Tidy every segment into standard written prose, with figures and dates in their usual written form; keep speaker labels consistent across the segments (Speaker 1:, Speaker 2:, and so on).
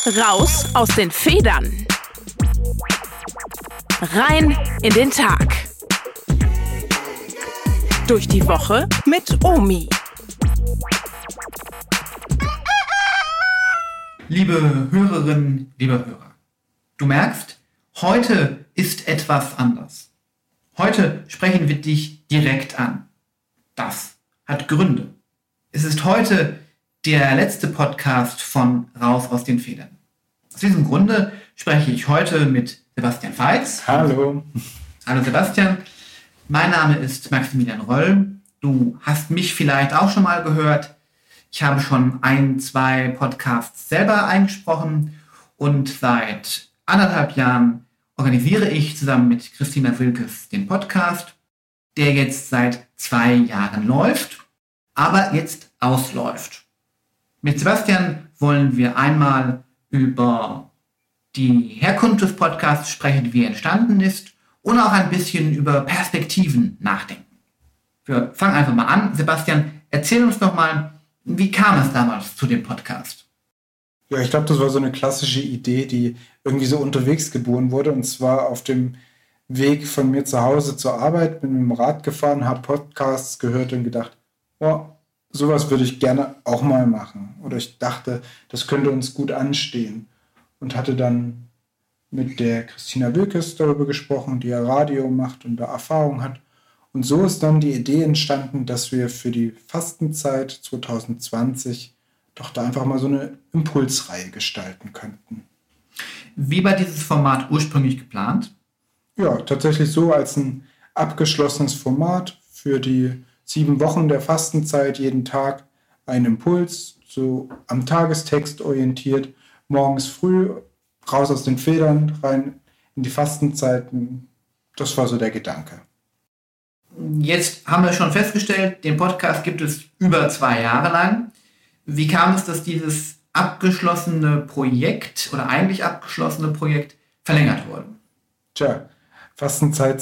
Speaker 1: Raus aus den Federn. Rein in den Tag. Durch die Woche mit Omi.
Speaker 2: Liebe Hörerinnen, lieber Hörer, du merkst, heute ist etwas anders. Heute sprechen wir dich direkt an. Das hat Gründe. Es ist heute der letzte Podcast von Raus aus den Federn. Aus diesem Grunde spreche ich heute mit Sebastian Veitz.
Speaker 3: Hallo.
Speaker 2: Hallo Sebastian. Mein Name ist Maximilian Röll. Du hast mich vielleicht auch schon mal gehört. Ich habe schon 1-2 Podcasts selber eingesprochen und seit 1,5 Jahren organisiere ich zusammen mit Christina Wilkes den Podcast, der jetzt seit 2 Jahren läuft, aber jetzt ausläuft. Mit Sebastian wollen wir einmal über die Herkunft des Podcasts sprechen, wie er entstanden ist, und auch ein bisschen über Perspektiven nachdenken. Wir fangen einfach mal an. Sebastian, erzähl uns doch mal, wie kam es damals zu dem Podcast?
Speaker 3: Ja, ich glaube, das war so eine klassische Idee, die irgendwie so unterwegs geboren wurde. Und zwar auf dem Weg von mir zu Hause zur Arbeit, bin mit dem Rad gefahren, habe Podcasts gehört und gedacht, oh, sowas würde ich gerne auch mal machen. Oder ich dachte, das könnte uns gut anstehen. Und hatte dann mit der Christina Wilkes darüber gesprochen, die ja Radio macht und da Erfahrung hat. Und so ist dann die Idee entstanden, dass wir für die Fastenzeit 2020 doch da einfach mal so eine Impulsreihe gestalten könnten.
Speaker 2: Wie war dieses Format ursprünglich geplant?
Speaker 3: Ja, tatsächlich so als ein abgeschlossenes Format für die 7 Wochen der Fastenzeit, jeden Tag ein Impuls, so am Tagestext orientiert, morgens früh raus aus den Federn, rein in die Fastenzeiten. Das war so der Gedanke.
Speaker 2: Jetzt haben wir schon festgestellt, den Podcast gibt es über 2 Jahre lang. Wie kam es, dass dieses abgeschlossene Projekt oder eigentlich abgeschlossene Projekt verlängert wurde?
Speaker 3: Tja, Fastenzeit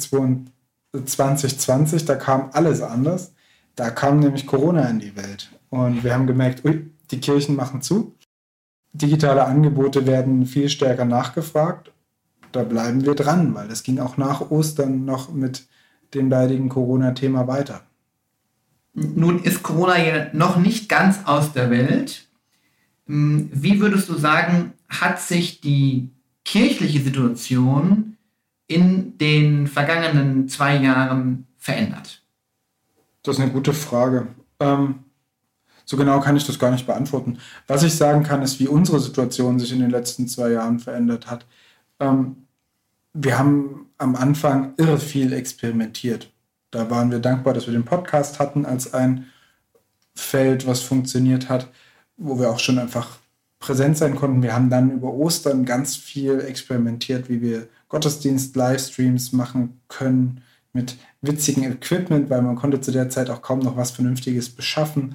Speaker 3: 2020, da kam alles anders. Da kam nämlich Corona in die Welt. Und wir haben gemerkt, die Kirchen machen zu. Digitale Angebote werden viel stärker nachgefragt. Da bleiben wir dran, weil das ging auch nach Ostern noch mit dem leidigen Corona-Thema weiter.
Speaker 2: Nun ist Corona ja noch nicht ganz aus der Welt. Wie würdest du sagen, hat sich die kirchliche Situation in den vergangenen 2 Jahren verändert?
Speaker 3: Das ist eine gute Frage. So genau kann ich das gar nicht beantworten. Was ich sagen kann, ist, wie unsere Situation sich in den letzten 2 Jahren verändert hat. Wir haben am Anfang irre viel experimentiert. Da waren wir dankbar, dass wir den Podcast hatten als ein Feld, was funktioniert hat, wo wir auch schon einfach präsent sein konnten. Wir haben dann über Ostern ganz viel experimentiert, wie wir Gottesdienst-Livestreams machen können mit witzigem Equipment, weil man konnte zu der Zeit auch kaum noch was Vernünftiges beschaffen.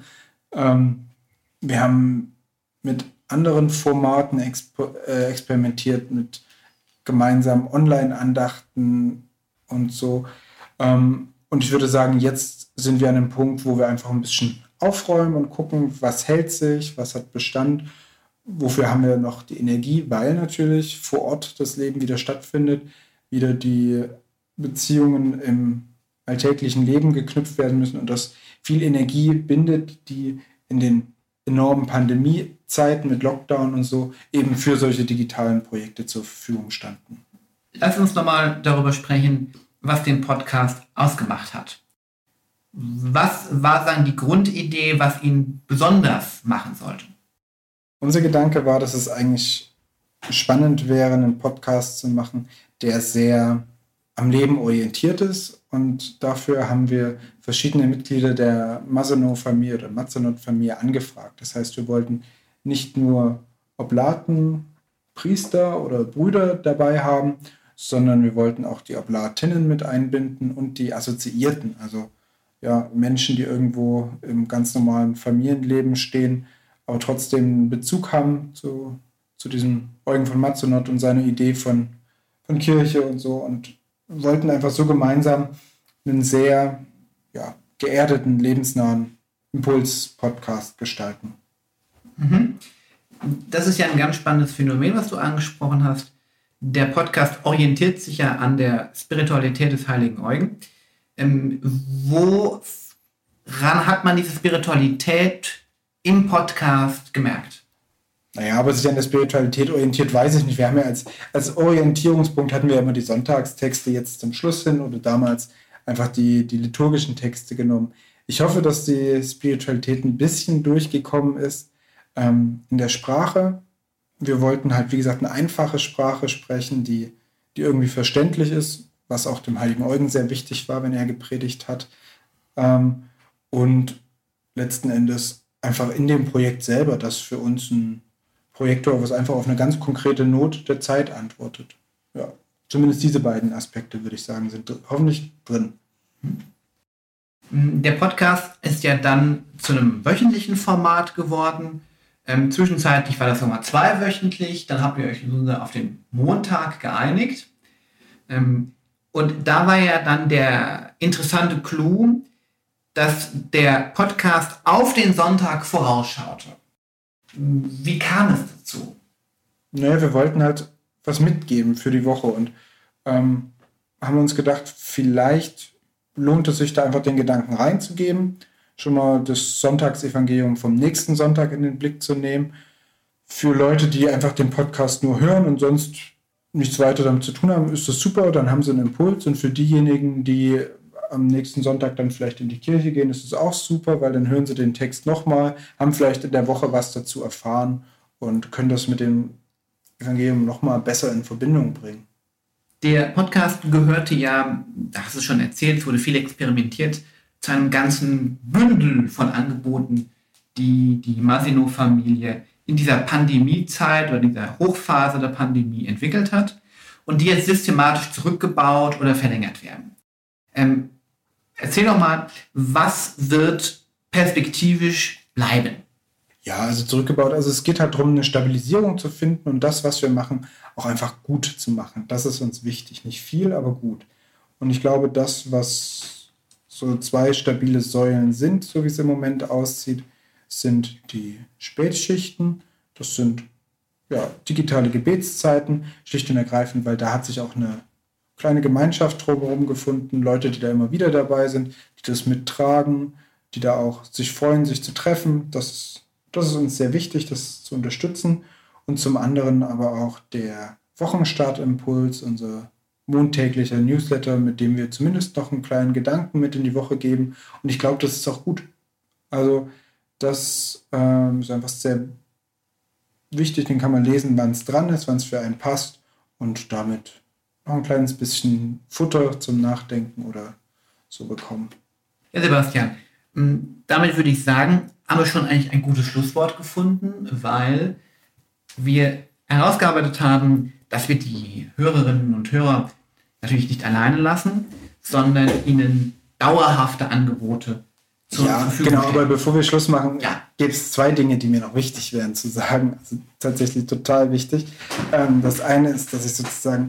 Speaker 3: Wir haben mit anderen Formaten experimentiert, mit gemeinsamen Online-Andachten und so. Und ich würde sagen, jetzt sind wir an einem Punkt, wo wir einfach ein bisschen aufräumen und gucken, was hält sich, was hat Bestand, wofür haben wir noch die Energie, weil natürlich vor Ort das Leben wieder stattfindet, wieder die Beziehungen im alltäglichen Leben geknüpft werden müssen und das viel Energie bindet, die in den enormen Pandemiezeiten mit Lockdown und so eben für solche digitalen Projekte zur Verfügung standen.
Speaker 2: Lass uns nochmal darüber sprechen, was den Podcast ausgemacht hat. Was war dann die Grundidee, was ihn besonders machen sollte?
Speaker 3: Unser Gedanke war, dass es eigentlich spannend wäre, einen Podcast zu machen, der sehr am Leben orientiert ist. Und dafür haben wir verschiedene Mitglieder der Mazenot-Familie oder Mazenot-Familie angefragt. Das heißt, wir wollten nicht nur Oblaten, Priester oder Brüder dabei haben, sondern wir wollten auch die Oblatinnen mit einbinden und die Assoziierten, also ja, Menschen, die irgendwo im ganz normalen Familienleben stehen, aber trotzdem einen Bezug haben zu diesem Eugen von Mazenot und seiner Idee von Kirche und so, und wollten einfach so gemeinsam einen sehr geerdeten, lebensnahen Impuls-Podcast gestalten.
Speaker 2: Mhm. Das ist ja ein ganz spannendes Phänomen, was du angesprochen hast. Der Podcast orientiert sich ja an der Spiritualität des heiligen Eugen. Woran hat man diese Spiritualität im Podcast gemerkt?
Speaker 3: Naja, aber sich an der Spiritualität orientiert, weiß ich nicht. Wir haben ja als Orientierungspunkt hatten wir ja immer die Sonntagstexte jetzt zum Schluss hin oder damals einfach die liturgischen Texte genommen. Ich hoffe, dass die Spiritualität ein bisschen durchgekommen ist in der Sprache. Wir wollten halt, wie gesagt, eine einfache Sprache sprechen, die irgendwie verständlich ist, was auch dem heiligen Eugen sehr wichtig war, wenn er gepredigt hat. Und letzten Endes einfach in dem Projekt selber, das für uns ein Projektor, was einfach auf eine ganz konkrete Not der Zeit antwortet. Ja, zumindest diese beiden Aspekte, würde ich sagen, sind hoffentlich drin.
Speaker 2: Der Podcast ist ja dann zu einem wöchentlichen Format geworden. Zwischenzeitlich war das nochmal 2 wöchentlich. Dann habt ihr euch auf den Montag geeinigt. Und da war ja dann der interessante Clou, dass der Podcast auf den Sonntag vorausschaute. Wie kam es dazu?
Speaker 3: Naja, wir wollten halt was mitgeben für die Woche und haben uns gedacht, vielleicht lohnt es sich da einfach den Gedanken reinzugeben, schon mal das Sonntagsevangelium vom nächsten Sonntag in den Blick zu nehmen. Für Leute, die einfach den Podcast nur hören und sonst nichts weiter damit zu tun haben, ist das super, dann haben sie einen Impuls. Und für diejenigen, die am nächsten Sonntag dann vielleicht in die Kirche gehen, ist es auch super, weil dann hören sie den Text nochmal, haben vielleicht in der Woche was dazu erfahren und können das mit dem Evangelium nochmal besser in Verbindung bringen.
Speaker 2: Der Podcast gehörte ja, da hast du es schon erzählt, es wurde viel experimentiert, zu einem ganzen Bündel von Angeboten, die die Massino-Familie in dieser Pandemiezeit oder dieser Hochphase der Pandemie entwickelt hat und die jetzt systematisch zurückgebaut oder verlängert werden. Erzähl doch mal, was wird perspektivisch bleiben?
Speaker 3: Ja, also zurückgebaut. Also es geht halt darum, eine Stabilisierung zu finden und das, was wir machen, auch einfach gut zu machen. Das ist uns wichtig. Nicht viel, aber gut. Und ich glaube, das, was so 2 stabile Säulen sind, so wie es im Moment aussieht, sind die Spätschichten. Das sind digitale Gebetszeiten, schlicht und ergreifend, weil da hat sich auch eine kleine Gemeinschaft drumherum gefunden, Leute, die da immer wieder dabei sind, die das mittragen, die da auch sich freuen, sich zu treffen. Das ist uns sehr wichtig, das zu unterstützen. Und zum anderen aber auch der Wochenstartimpuls, unser montäglicher Newsletter, mit dem wir zumindest noch einen kleinen Gedanken mit in die Woche geben. Und ich glaube, das ist auch gut. Also das ist einfach sehr wichtig, den kann man lesen, wann es dran ist, wann es für einen passt und damit noch ein kleines bisschen Futter zum Nachdenken oder so bekommen.
Speaker 2: Ja, Sebastian, damit würde ich sagen, haben wir schon eigentlich ein gutes Schlusswort gefunden, weil wir herausgearbeitet haben, dass wir die Hörerinnen und Hörer natürlich nicht alleine lassen, sondern ihnen dauerhafte Angebote zur Verfügung stellen.
Speaker 3: Aber bevor wir Schluss machen, gibt es 2 Dinge, die mir noch wichtig wären zu sagen. Also tatsächlich total wichtig. Das eine ist, dass ich sozusagen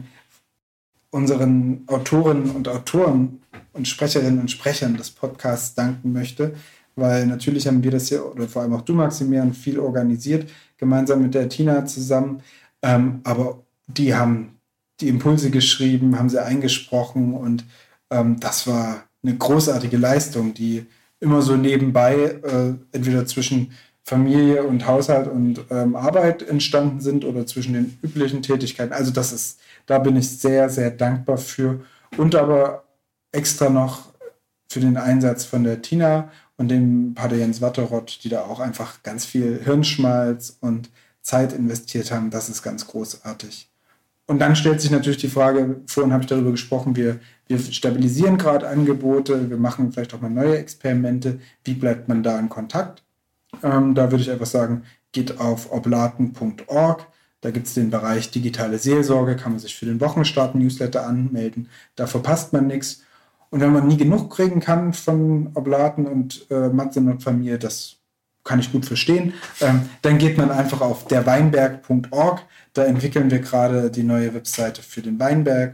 Speaker 3: unseren Autorinnen und Autoren und Sprecherinnen und Sprechern des Podcasts danken möchte, weil natürlich haben wir das hier, oder vor allem auch du, Maximilian, viel organisiert, gemeinsam mit der Tina zusammen, aber die haben die Impulse geschrieben, haben sie eingesprochen und das war eine großartige Leistung, die immer so nebenbei entweder zwischen Familie und Haushalt und Arbeit entstanden sind oder zwischen den üblichen Tätigkeiten. Also da bin ich sehr, sehr dankbar für. Und aber extra noch für den Einsatz von der Tina und dem Pater Jens Watteroth, die da auch einfach ganz viel Hirnschmalz und Zeit investiert haben. Das ist ganz großartig. Und dann stellt sich natürlich die Frage, vorhin habe ich darüber gesprochen, wir stabilisieren gerade Angebote, wir machen vielleicht auch mal neue Experimente. Wie bleibt man da in Kontakt? Da würde ich einfach sagen, geht auf oblaten.org. Da gibt es den Bereich digitale Seelsorge, kann man sich für den Wochenstart-Newsletter anmelden. Da verpasst man nichts. Und wenn man nie genug kriegen kann von Oblaten und Mazenot-Familie, das kann ich gut verstehen, dann geht man einfach auf derweinberg.org. Da entwickeln wir gerade die neue Webseite für den Weinberg,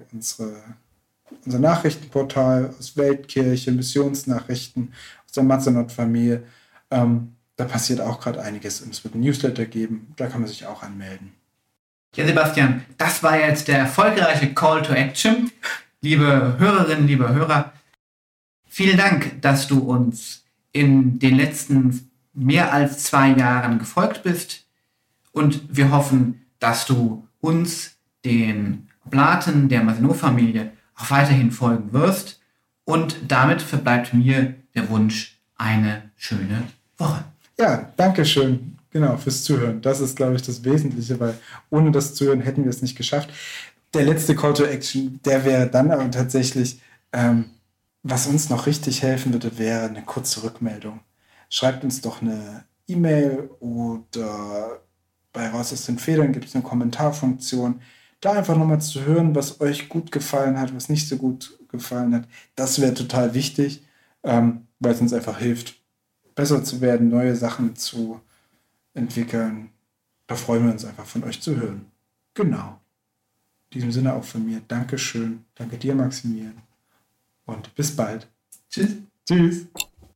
Speaker 3: unser Nachrichtenportal aus Weltkirche, Missionsnachrichten, aus der Mazenot-Familie. Da passiert auch gerade einiges. Und es wird ein Newsletter geben, da kann man sich auch anmelden.
Speaker 2: Ja, Sebastian, das war jetzt der erfolgreiche Call to Action. Liebe Hörerinnen, liebe Hörer, vielen Dank, dass du uns in den letzten mehr als 2 Jahren gefolgt bist. Und wir hoffen, dass du uns, den Oblaten der Massimo-Familie, auch weiterhin folgen wirst. Und damit verbleibt mir der Wunsch, eine schöne Woche.
Speaker 3: Ja, danke schön. Genau, fürs Zuhören. Das ist, glaube ich, das Wesentliche, weil ohne das Zuhören hätten wir es nicht geschafft. Der letzte Call to Action, der wäre dann aber tatsächlich, was uns noch richtig helfen würde, wäre eine kurze Rückmeldung. Schreibt uns doch eine E-Mail oder bei Raus aus den Federn gibt es eine Kommentarfunktion. Da einfach nochmal zu hören, was euch gut gefallen hat, was nicht so gut gefallen hat. Das wäre total wichtig, weil es uns einfach hilft, besser zu werden, neue Sachen zu entwickeln. Da freuen wir uns einfach, von euch zu hören. Genau. In diesem Sinne auch von mir. Dankeschön. Danke dir, Maximilian. Und bis bald.
Speaker 2: Tschüss.
Speaker 3: Tschüss.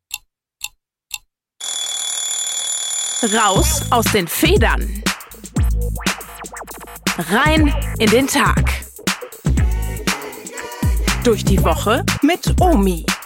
Speaker 1: Raus aus den Federn. Rein in den Tag. Durch die Woche mit Omi.